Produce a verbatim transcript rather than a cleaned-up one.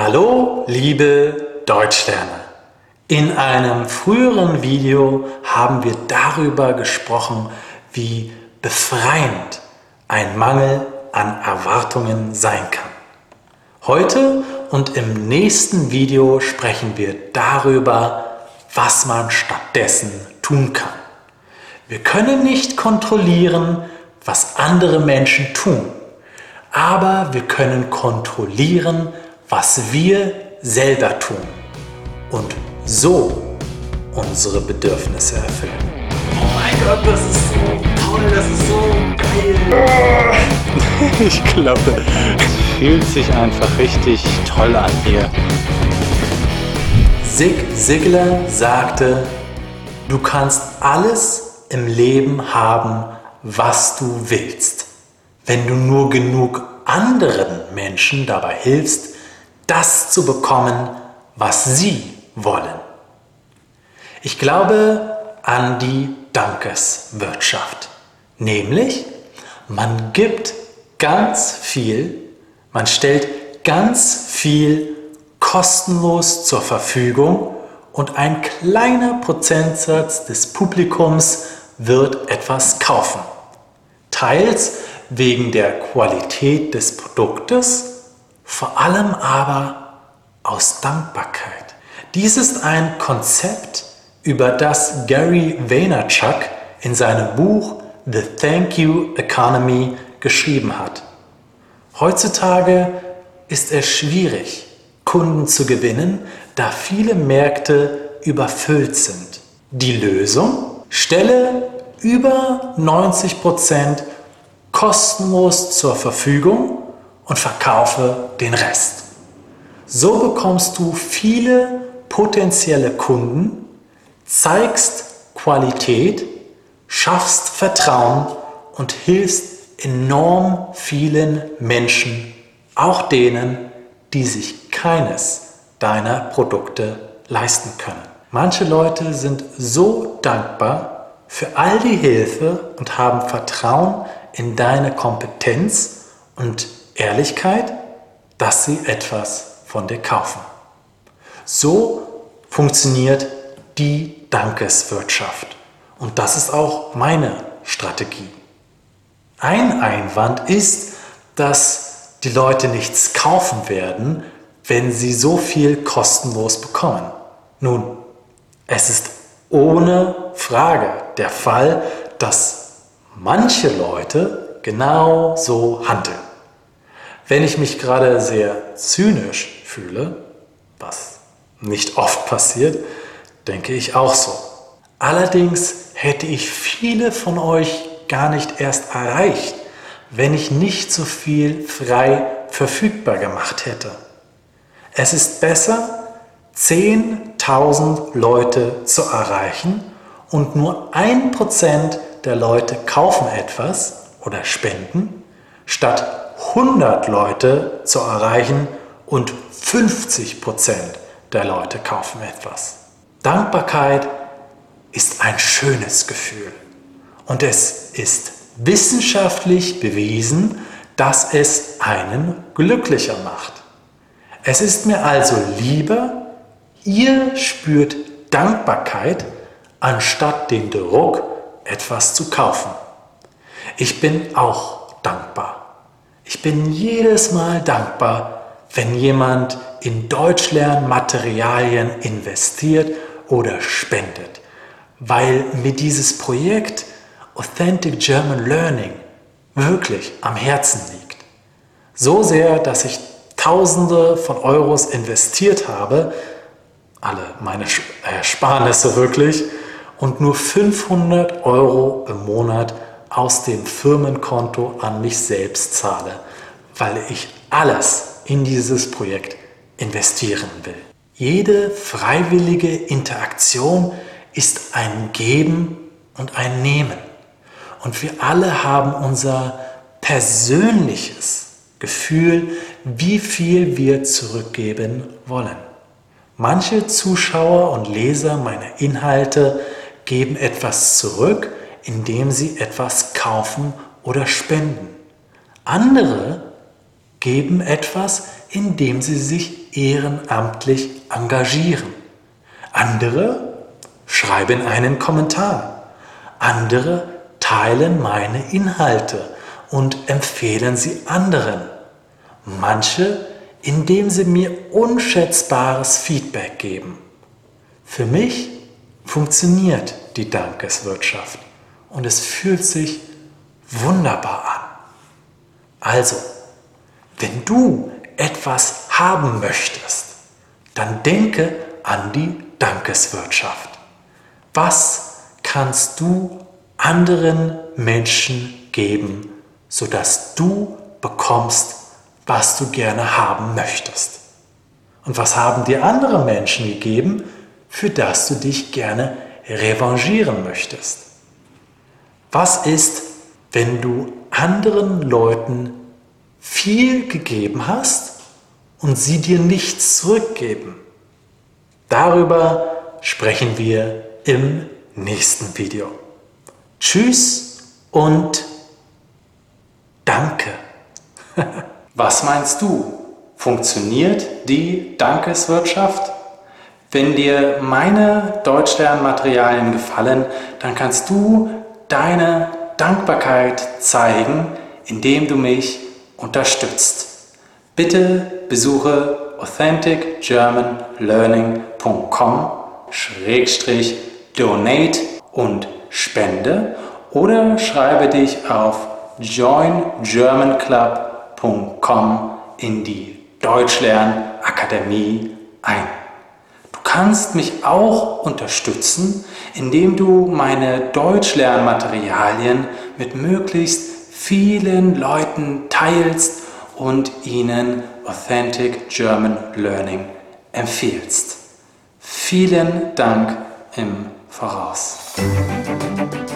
Hallo, liebe Deutschlerner! In einem früheren Video haben wir darüber gesprochen, wie befreiend ein Mangel an Erwartungen sein kann. Heute und im nächsten Video sprechen wir darüber, was man stattdessen tun kann. Wir können nicht kontrollieren, was andere Menschen tun, aber wir können kontrollieren, was wir selber tun und so unsere Bedürfnisse erfüllen. Oh mein Gott, das ist so toll, das ist so geil. Ich glaube, es fühlt sich einfach richtig toll an hier. Zig Ziglar sagte, du kannst alles im Leben haben, was du willst, wenn du nur genug anderen Menschen dabei hilfst, das zu bekommen, was sie wollen. Ich glaube an die Dankeswirtschaft, nämlich man gibt ganz viel, man stellt ganz viel kostenlos zur Verfügung und ein kleiner Prozentsatz des Publikums wird etwas kaufen. Teils wegen der Qualität des Produktes, vor allem aber aus Dankbarkeit. Dies ist ein Konzept, über das Gary Vaynerchuk in seinem Buch The Thank You Economy geschrieben hat. Heutzutage ist es schwierig, Kunden zu gewinnen, da viele Märkte überfüllt sind. Die Lösung? Stelle über neunzig Prozent kostenlos zur Verfügung und verkaufe den Rest. So bekommst du viele potenzielle Kunden, zeigst Qualität, schaffst Vertrauen und hilfst enorm vielen Menschen, auch denen, die sich keines deiner Produkte leisten können. Manche Leute sind so dankbar für all die Hilfe und haben Vertrauen in deine Kompetenz und Ehrlichkeit, dass sie etwas von dir kaufen. So funktioniert die Dankeswirtschaft. Und das ist auch meine Strategie. Ein Einwand ist, dass die Leute nichts kaufen werden, wenn sie so viel kostenlos bekommen. Nun, es ist ohne Frage der Fall, dass manche Leute genau so handeln. Wenn ich mich gerade sehr zynisch fühle, was nicht oft passiert, denke ich auch so. Allerdings hätte ich viele von euch gar nicht erst erreicht, wenn ich nicht so viel frei verfügbar gemacht hätte. Es ist besser, zehntausend Leute zu erreichen und nur ein Prozent der Leute kaufen etwas oder spenden, statt hundert Leute zu erreichen und fünfzig Prozent der Leute kaufen etwas. Dankbarkeit ist ein schönes Gefühl und es ist wissenschaftlich bewiesen, dass es einen glücklicher macht. Es ist mir also lieber, ihr spürt Dankbarkeit, anstatt den Druck, etwas zu kaufen. Ich bin auch dankbar. Ich bin jedes Mal dankbar, wenn jemand in Deutschlernmaterialien investiert oder spendet, weil mir dieses Projekt Authentic German Learning wirklich am Herzen liegt. So sehr, dass ich Tausende von Euros investiert habe, alle meine Ersparnisse wirklich, und nur fünfhundert Euro im Monat aus dem Firmenkonto an mich selbst zahle, weil ich alles in dieses Projekt investieren will. Jede freiwillige Interaktion ist ein Geben und ein Nehmen. Und wir alle haben unser persönliches Gefühl, wie viel wir zurückgeben wollen. Manche Zuschauer und Leser meiner Inhalte geben etwas zurück, indem sie etwas kaufen oder spenden. Andere geben etwas, indem sie sich ehrenamtlich engagieren. Andere schreiben einen Kommentar. Andere teilen meine Inhalte und empfehlen sie anderen. Manche, indem sie mir unschätzbares Feedback geben. Für mich funktioniert die Dankeswirtschaft und es fühlt sich wunderbar an. Also, wenn du etwas haben möchtest, dann denke an die Dankeswirtschaft. Was kannst du anderen Menschen geben, sodass du bekommst, was du gerne haben möchtest? Und was haben dir andere Menschen gegeben, für das du dich gerne revanchieren möchtest? Was ist, wenn du anderen Leuten viel gegeben hast und sie dir nichts zurückgeben? Darüber sprechen wir im nächsten Video. Tschüss und danke. Was meinst du? Funktioniert die Dankeswirtschaft? Wenn dir meine Deutschlernmaterialien gefallen, dann kannst du deine Dankbarkeit zeigen, indem du mich unterstützt. Bitte besuche authentic german learning punkt com schrägstrich donate und spende oder schreibe dich auf join german club punkt com in die Deutschlernakademie ein. Du kannst mich auch unterstützen, indem du meine Deutschlernmaterialien mit möglichst vielen Leuten teilst und ihnen Authentic German Learning empfiehlst. Vielen Dank im Voraus.